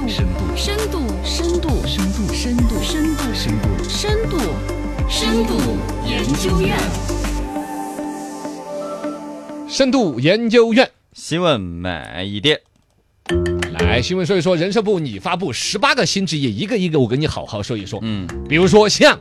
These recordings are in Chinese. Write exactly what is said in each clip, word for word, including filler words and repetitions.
深度， 深度，深度， 深度， 深度，深度， 深度， 深度，深度研究院。 深度研究院新闻买一点。 来，新闻说一说，人社部拟发布十八个新职业，一个一个我跟你好好说一说。 嗯， 比如说像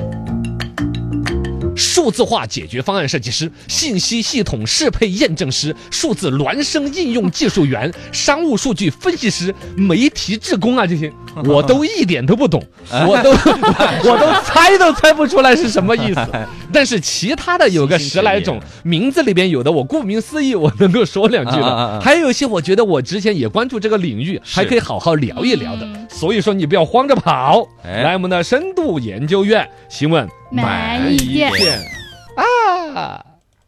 数字化解决方案设计师、信息系统适配验证师、数字孪生应用技术员、商务数据分析师、媒体志工啊，这些我都一点都不懂，我都我都猜都猜不出来是什么意思。但是其他的有个十来种，名字里边有的我顾名思义我能够说两句的，还有一些我觉得我之前也关注这个领域，还可以好好聊一聊的。所以说你不要慌着跑，来我们的深度研究院新闻买一点啊！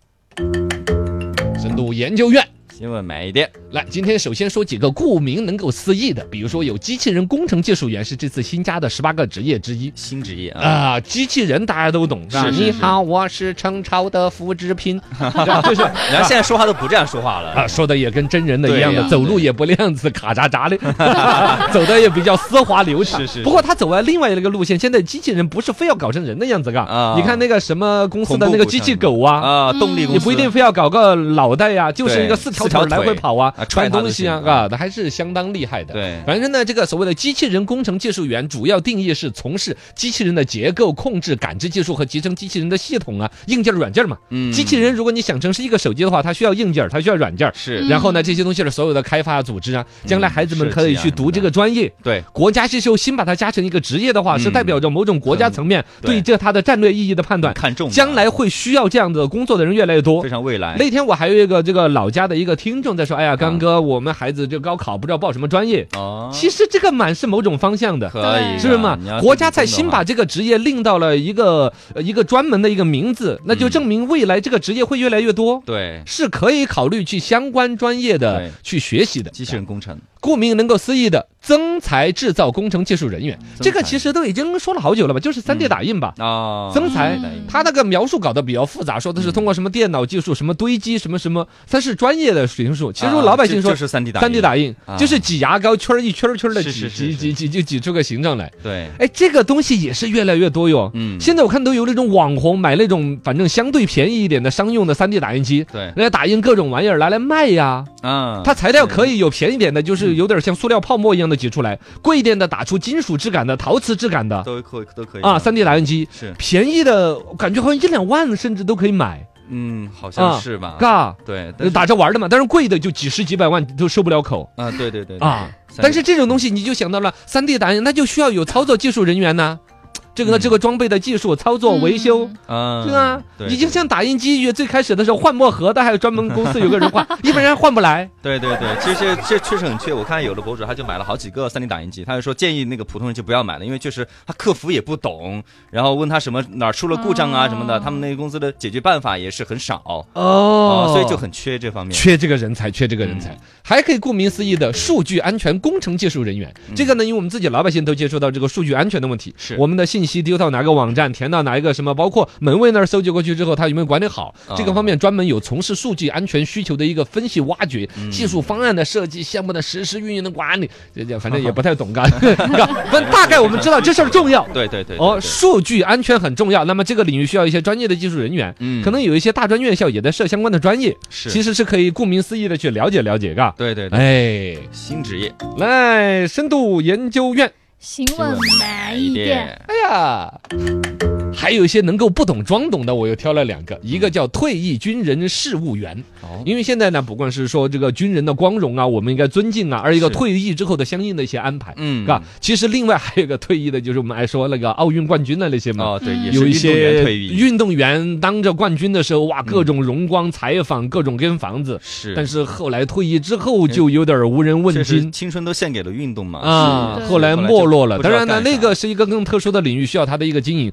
深度研究院新闻买一点。 来，今天首先说几个顾名能够思义的，比如说有机器人工程技术员是这次新加的十八个职业之一。 新职业啊， 啊，机器人大家都懂，是吧？ 是是是你好，我是程超的复制品，就是然后现在说话都不这样说话了啊，说的也跟真人的一样的， 对呀走路也不那样子卡扎扎的，走的也比较丝滑流畅。 是是是不过他走完另外一个路线，现在机器人不是非要搞成人的样子干啊你看那个什么公司的那个机器狗啊。 啊，动力公司你不一定非要搞个脑袋呀、就是一个对四条腿来回跑啊， 啊穿踹它就东西啊， 行啊，那还是相当厉害的。 对反正呢，这个所谓的机器人工程技术员，主要定义是从事机器人的结构、控制、感知技术和集成机器人的系统啊，硬件、软件嘛。 嗯机器人如果你想成是一个手机的话，它需要硬件，它需要软件。 是然后呢，这些东西的所有的开发组织啊，将来孩子们可以去读这个专业。 对， 国家是就新把它加成一个职业的话， 嗯是代表着某种国家层面对对这它的战略意义的判断。 看重的将来会需要这样的工作的人越来越多非。常未来。 那天我还有一个这个老家的一个听众在说，哎呀，刚哥，我们孩子这高考不知道报什么专业。 哦， 其实这个蛮是某种方向的。 可以的， 是不是嘛你要？ 国家在新把这这个职业令到了一个呃一个专门的一个名字，那就证明未来这个职业会越来越多， 对是可以考虑去相关专业的对去学习的。 机器人工程。 顾名能够思义的增材制造工程技术人员， 材这个其实都已经说了好久了吧，就是 三 D 打印吧。 啊， 增材嗯， 他那个描述搞得比较复杂，说的是通过什么电脑技术、什么堆积、什么什么，它是专业的水平数。其实老百姓说就是 三 D 打印三 D 打印啊就是挤牙膏圈儿一圈儿圈儿的挤是是是挤挤挤就挤出个形状来。 对， 哎，这个东西也是越来越多哟。 嗯现在我看都有那种网红买那种反正相对便宜一点的商用的 三 D 打印机， 对人家打印各种玩意儿拿来卖呀。 啊， 它材料可以有便宜点的，就是有点像塑料泡沫一样的挤出来；贵一点的打出金属质感的、陶瓷质感的都可以都可以啊。三 D 打印机是， 便宜的，感觉好像一两万甚至都可以买， 嗯，好像是吧？ 嘎， 对，但是打着玩的嘛。但是贵的就几十几百万都收不了口啊，对对对啊。 对但是这种东西你就想到了 三 D 打印，那就需要有操作技术人员呢。这个嗯这个装备的技术、操作、维修。 啊， 是啊， 对已经像打印机最开始的时候换墨盒的，还有专门公司有个人换，一般人换不来。 对对对，其实这这确实很缺。我看有的博主他就买了好几个 三 D 打印机，他就说建议那个普通人就不要买了，因为确实他客服也不懂，然后问他什么哪儿出了故障啊什么的，他们那个公司的解决办法也是很少哦所以就很缺这方面。 缺这个人才，缺这个人才， 嗯还可以顾名思义的数据安全工程技术人员。这个呢，因为我们自己老百姓都接触到这个数据安全的问题， 是我们的信息丢到哪个网站，填到哪一个什么，包括门卫那儿搜集过去之后，它有没有管理好， 哦这个方面专门有从事数据安全需求的一个分析挖掘， 嗯技术方案的设计、项目的实施、运营的管理，这这反正也不太懂干，反正大概我们知道这事儿重要。 对对对，对哦， 对数据安全很重要。那么这个领域需要一些专业的技术人员， 嗯可能有一些大专院校也在设相关的专业， 是其实是可以顾名思义的去了解了解，嘎。 对对对， 哎， 新职业来，深度研究院， 新闻买一点， 哎呀。还有一些能够不懂装懂的，我又挑了两个，一个叫退役军人事务员， 哦因为现在呢，不光是说这个军人的光荣啊，我们应该尊敬啊，而一个是退役之后的相应的一些安排， 嗯嘎。其实另外还有一个退役的，就是我们爱说那个奥运冠军的那些嘛， 哦对，也有一是运动员些退役运动员当着冠军的时候，哇，各种荣光采访，各种跟房子。 是， 但是后来退役之后，就有点无人问确实津青春都献给了运动嘛啊是， 后来没落了。 后来就不知道当然呢， 干啥那个是一个更特殊的领域，需要它的一个经营。但从军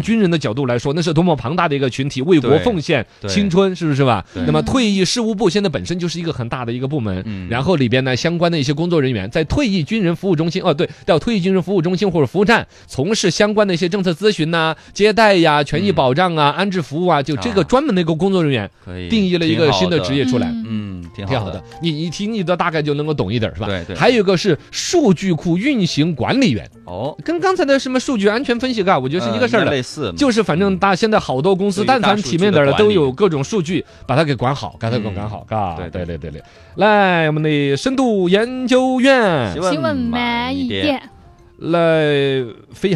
军人的角度来说，那是多么庞大的一个群体，为国对奉献对青春，是不是吧？ 对那么退役事务部现在本身就是一个很大的一个部门， 嗯然后里边呢相关的一些工作人员在退役军人服务中心，哦对，到退役军人服务中心或者服务站从事相关的一些政策咨询呐、接待呀、权益保障啊、安置服务啊，就这个啊专门的一个工作人员可以定义了一个新的职业出来。 嗯嗯，挺好的挺好的，，你一听你都大概就能够懂一点，是吧？ 对对还有一个是数据库运行管理员， 哦， 跟刚才的什么数据安全分析啊，我觉得是一个事儿的。 呃类似， 就是反正大现在好多公司， 对于但凡大数据体面点的的管理都有各种数据，把它给管好，把它给嗯管好，嘎。 对对对对对对。来，我们的深度研究院新闻慢一点。 来飞呀，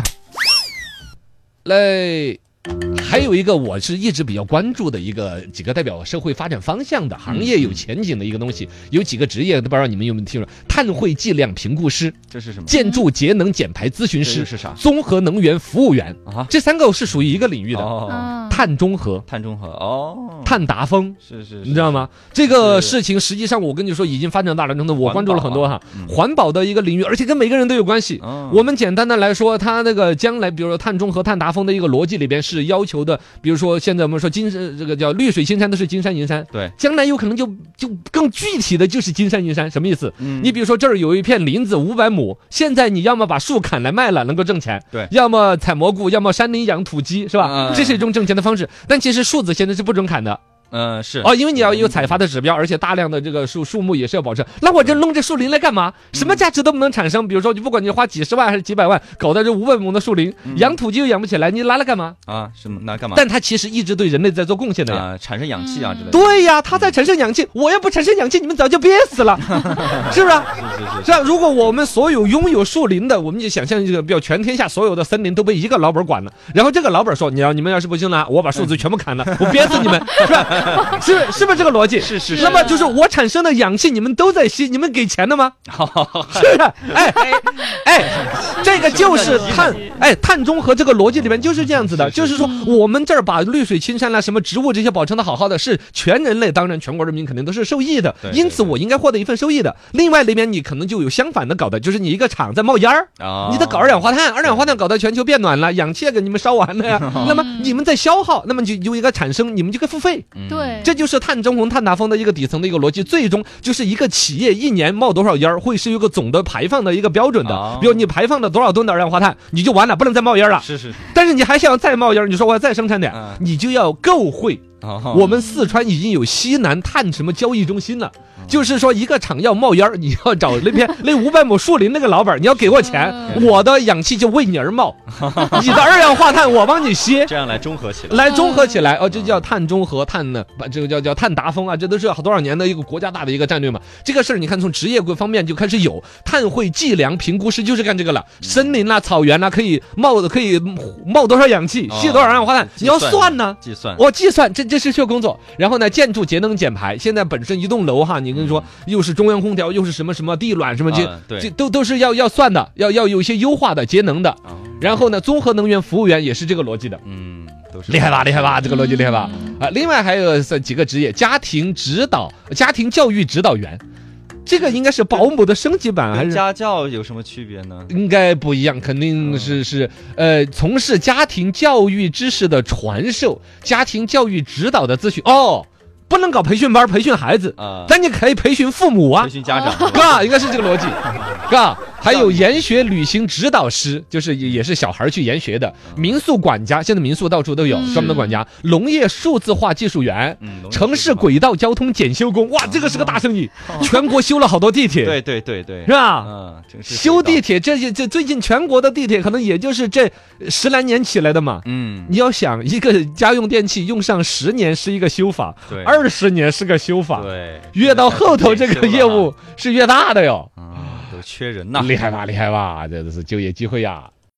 来。还有一个我是一直比较关注的一个几个代表社会发展方向的行业有前景的一个东西，有几个职业，不知道你们有没有听说？碳汇计量评估师、 这是什么？ 建筑节能减排咨询师这、是啥综合能源服务员， 啊？ 这三个是属于一个领域的。 哦， 嗯， 碳中和、 碳中和哦， 碳达峰， 是是， 你知道吗？这个是事情实际上我跟你说已经发展到了程度，我关注了很多哈， 嗯环保的一个领域，而且跟每个人都有关系。 哦我们简单的来说，它那个将来，比如说碳中和、碳达峰的一个逻辑里边是要求的，比如说现在我们说金山这个叫绿水青山都是金山银山， 对， 将来有可能就就更具体的就是金山银山，什么意思？ 嗯你比如说这儿有一片林子五百亩，现在你要么把树砍来卖了能够挣钱， 对要么采蘑菇，要么山林养土鸡，是吧？ 嗯这是一种挣钱的方式。但其实树子现在是不准砍的嗯是哦，因为你要有采伐的指标，而且大量的这个树树木也是要保持。那我这弄这树林来干嘛？什么价值都不能产生。比如说，就不管你花几十万还是几百万搞的这五百亩的树林，养土鸡又养不起来，你拿来干嘛？ 啊什么那干嘛？ 但它其实一直对人类在做贡献的呀。 啊产生氧气啊之类的， 对呀，它在产生氧气，我要不产生氧气，你们早就憋死了，是不是？ 是是是是啊，如果我们所有拥有树林的，我们就想象这个，比如全天下所有的森林都被一个老板管了，然后这个老板说，你要你们要是不行了，我把树枝全部砍了，我憋死你们，是吧？是是不是这个逻辑？ 是是那么就是我产生的氧气，你们都在吸，你们给钱的吗？是不是？哎哎，这个就是碳哎碳中和这个逻辑里面就是这样子的，就是说我们这儿把绿水青山啦、什么植物这些保存的好好的，是全人类，当然全国人民肯定都是受益的， 对对因此我应该获得一份收益的。另外里面你可能就有相反的搞的，就是你一个厂在冒烟儿。 啊你在搞二氧化碳，二氧化碳搞到全球变暖了，氧气也给你们烧完了呀。那么你们在消耗，那么就有一个产生，你们就该付费。 对， 这就是碳中和、碳达峰的一个底层的一个逻辑，最终就是一个企业一年冒多少烟儿，会是有个总的排放的一个标准的哦。 比如你排放了多少吨的二氧化碳，你就完了，不能再冒烟了。 是是但是你还想要再冒烟儿，你说我要再生产点嗯， 你就要购汇。 哦我们四川已经有西南碳什么交易中心了，就是说一个厂要冒烟儿，你要找那边那五百亩树林那个老板，你要给我钱， 嗯我的氧气就为你而冒，你的二氧化碳我帮你吸。 这样来中和起来， 来综合起来哦，这叫碳中和、碳呢，把这个叫叫碳达峰啊，这都是好多少年的一个国家大的一个战略嘛。这个事儿你看，从职业方面就开始有碳汇计量评估师，就是干这个了。森林啦、草原啦，可以冒可以冒多少氧气，吸多少二氧化碳，你要算呢。 计算我计算，这这是需要工作。然后呢，建筑节能减排，现在本身一栋楼哈，你跟你说又是中央空调，又是什么什么地暖什么这啊对这都都是要要算的，要要有一些优化的节能的。 哦然后呢，综合能源服务员也是这个逻辑的。 嗯都是厉害吧，厉害吧，这个逻辑厉害吧？啊，另外还有这几个职业，家庭指导、家庭教育指导员，这个应该是保姆的升级版，还是跟家教有什么区别呢？ 应该不一样？肯定是是呃，从事家庭教育知识的传授、家庭教育指导的咨询。哦，不能搞培训班培训孩子啊但你可以培训父母啊培，训家长， 嘎，应该是这个逻辑，嘎。还有研学旅行指导师，就是也也是小孩去研学的。民宿管家，现在民宿到处都有嗯专门的管家。农业数字化技术员， 嗯城市轨道交通检修工，哇，这个是个大生意，全国修了好多地铁， 对对对对是，吧？ 嗯，城市修轨道地铁，这些这最近全国的地铁可能也就是这十来年起来的嘛。 嗯你要想一个家用电器用上十年是一个修法， 对二十年是个修法， 对， 越到后头这个业务是越大的哟。 啊都缺人呐， 厉害吧，厉害吧，这都是就业机会呀。